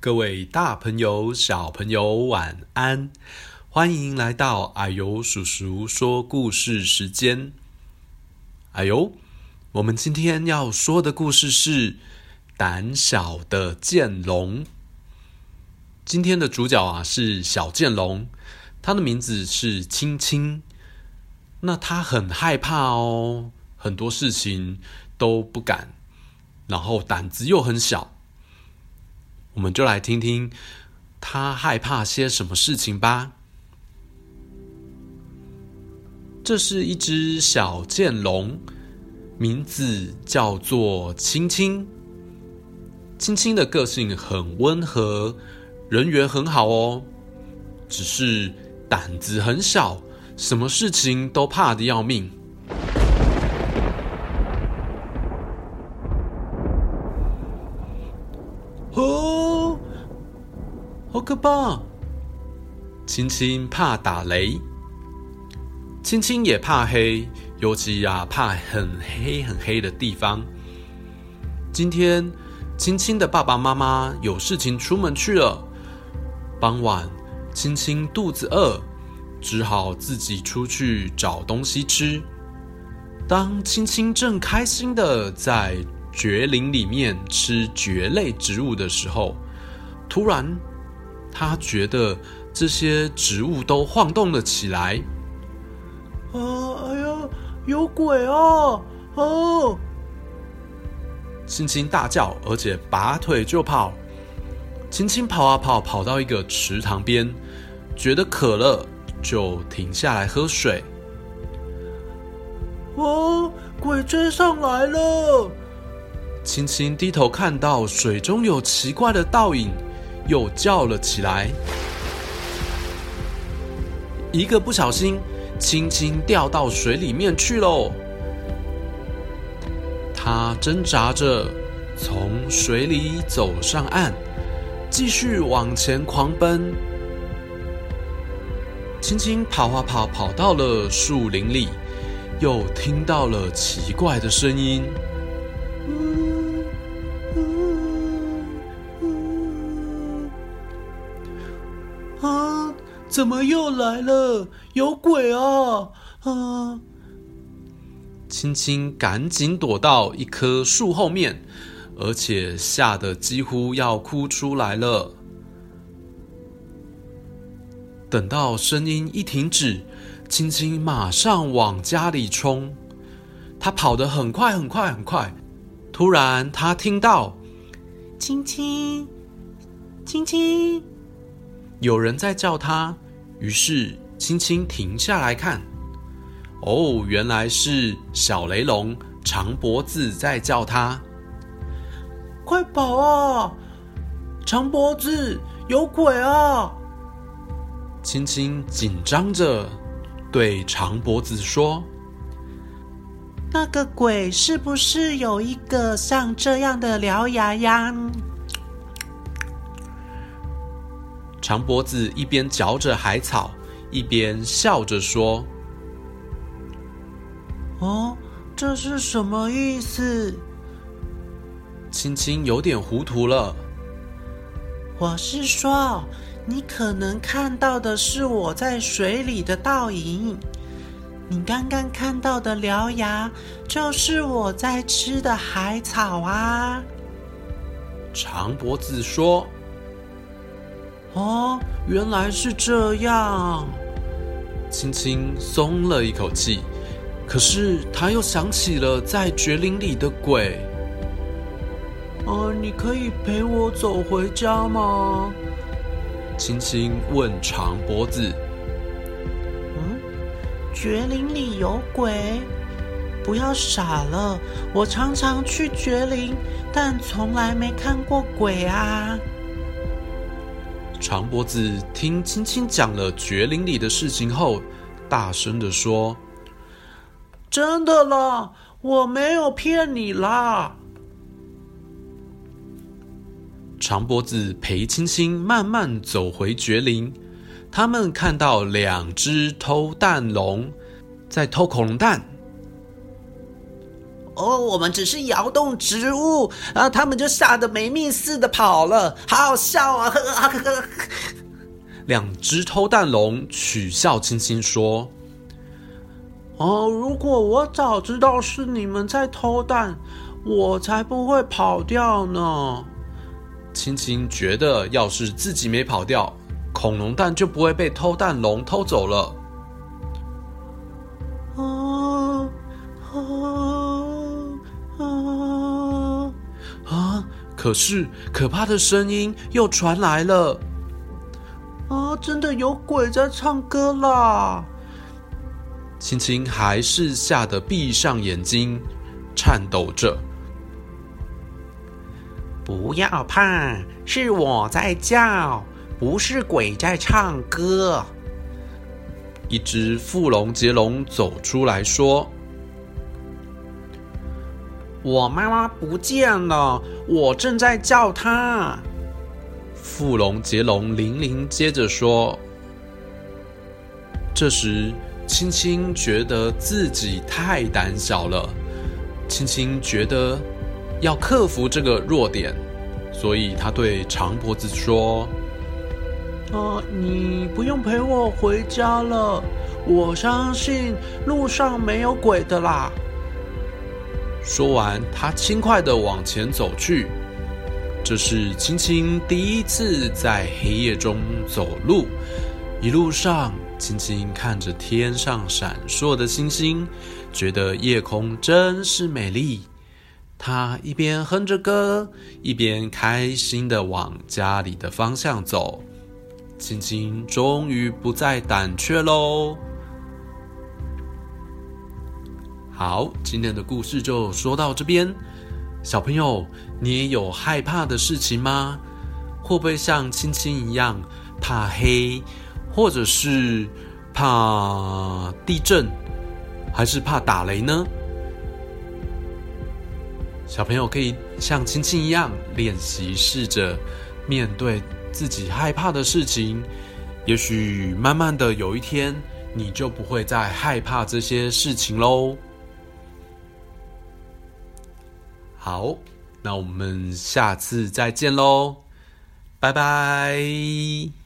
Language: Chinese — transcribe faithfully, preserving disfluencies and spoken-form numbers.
各位大朋友、小朋友晚安，欢迎来到啊呦叔叔说故事时间。啊呦，我们今天要说的故事是胆小的剑龙。今天的主角啊是小剑龙，他的名字是青青。那他很害怕哦，很多事情都不敢，然后胆子又很小。我们就来听听他害怕些什么事情吧。这是一只小剑龙，名字叫做青青。青青的个性很温和，人缘很好哦，只是胆子很小，什么事情都怕得要命。哦，好可怕！青青怕打雷，青青也怕黑，尤其啊怕很黑很黑的地方。今天青青的爸爸妈妈有事情出门去了，傍晚青青肚子饿，只好自己出去找东西吃。当青青正开心的在蕨林里面吃蕨类植物的时候，突然他觉得这些植物都晃动了起来。啊，哎呀，有鬼啊！哦！青青大叫，而且拔腿就跑。青青跑啊跑，跑到一个池塘边，觉得渴了，就停下来喝水。哦，鬼追上来了！青青低头看到水中有奇怪的倒影，又叫了起来。一个不小心，青青掉到水里面去喽。他挣扎着从水里走上岸，继续往前狂奔。青青跑啊跑，跑到了树林里，又听到了奇怪的声音。啊！怎么又来了？有鬼啊！啊！青青赶紧躲到一棵树后面，而且吓得几乎要哭出来了。等到声音一停止，青青马上往家里冲。她跑得很快很快很快。突然，她听到青青，青青。有人在叫他，于是青青停下来看。哦，原来是小雷龙长脖子在叫他。快跑啊！长脖子，有鬼啊！青青紧张着对长脖子说：那个鬼是不是有一个像这样的獠牙呀？长脖子一边嚼着海草，一边笑着说：哦，这是什么意思？青青有点糊涂了。我是说，你可能看到的是我在水里的倒影，你刚刚看到的獠牙就是我在吃的海草啊。长脖子说：哦，原来是这样。青青松了一口气，可是他又想起了在蕨林里的鬼。呃，你可以陪我走回家吗？青青问长脖子。嗯，蕨林里有鬼？不要傻了，我常常去蕨林，但从来没看过鬼啊。长脖子听青青讲了蕨林里的事情后，大声地说：真的啦，我没有骗你啦。长脖子陪青青慢慢走回蕨林，他们看到两只偷蛋龙在偷恐龙蛋。 哦，我们只是摇动植物，然后他们就吓得没命似的跑了，好好笑啊！呵呵呵呵。 两只偷蛋龙取笑青青说： 哦，如果我早知道是你们在偷蛋，我才不会跑掉呢。 青青觉得，要是自己没跑掉，恐龙蛋就不会被偷蛋龙偷走了。 啊啊啊！ 啊！可是可怕的声音又传来了。 啊！真的有鬼在唱歌啦！ 青青还是吓得闭上眼睛，颤抖着。 不要怕，是我在叫，不是鬼在唱歌。 一只富龙杰龙走出来说： 我妈妈不见了，我正在叫她。 富龙杰龙玲玲接着说。这时青青觉得自己太胆小了，青青觉得要克服这个弱点，所以他对长脖子说： 啊，你不用陪我回家了，我相信路上没有鬼的啦。 说完，他轻快地往前走去。这是青青第一次在黑夜中走路，一路上，青青看着天上闪烁的星星，觉得夜空真是美丽。他一边哼着歌，一边开心地往家里的方向走。青青终于不再胆怯喽。好，今天的故事就说到这边。小朋友，你也有害怕的事情吗？会不会像青青一样怕黑，或者是怕地震，还是怕打雷呢？小朋友可以像青青一样练习，试着面对自己害怕的事情，也许慢慢的有一天，你就不会再害怕这些事情咯。好，那我们下次再见咯，拜拜。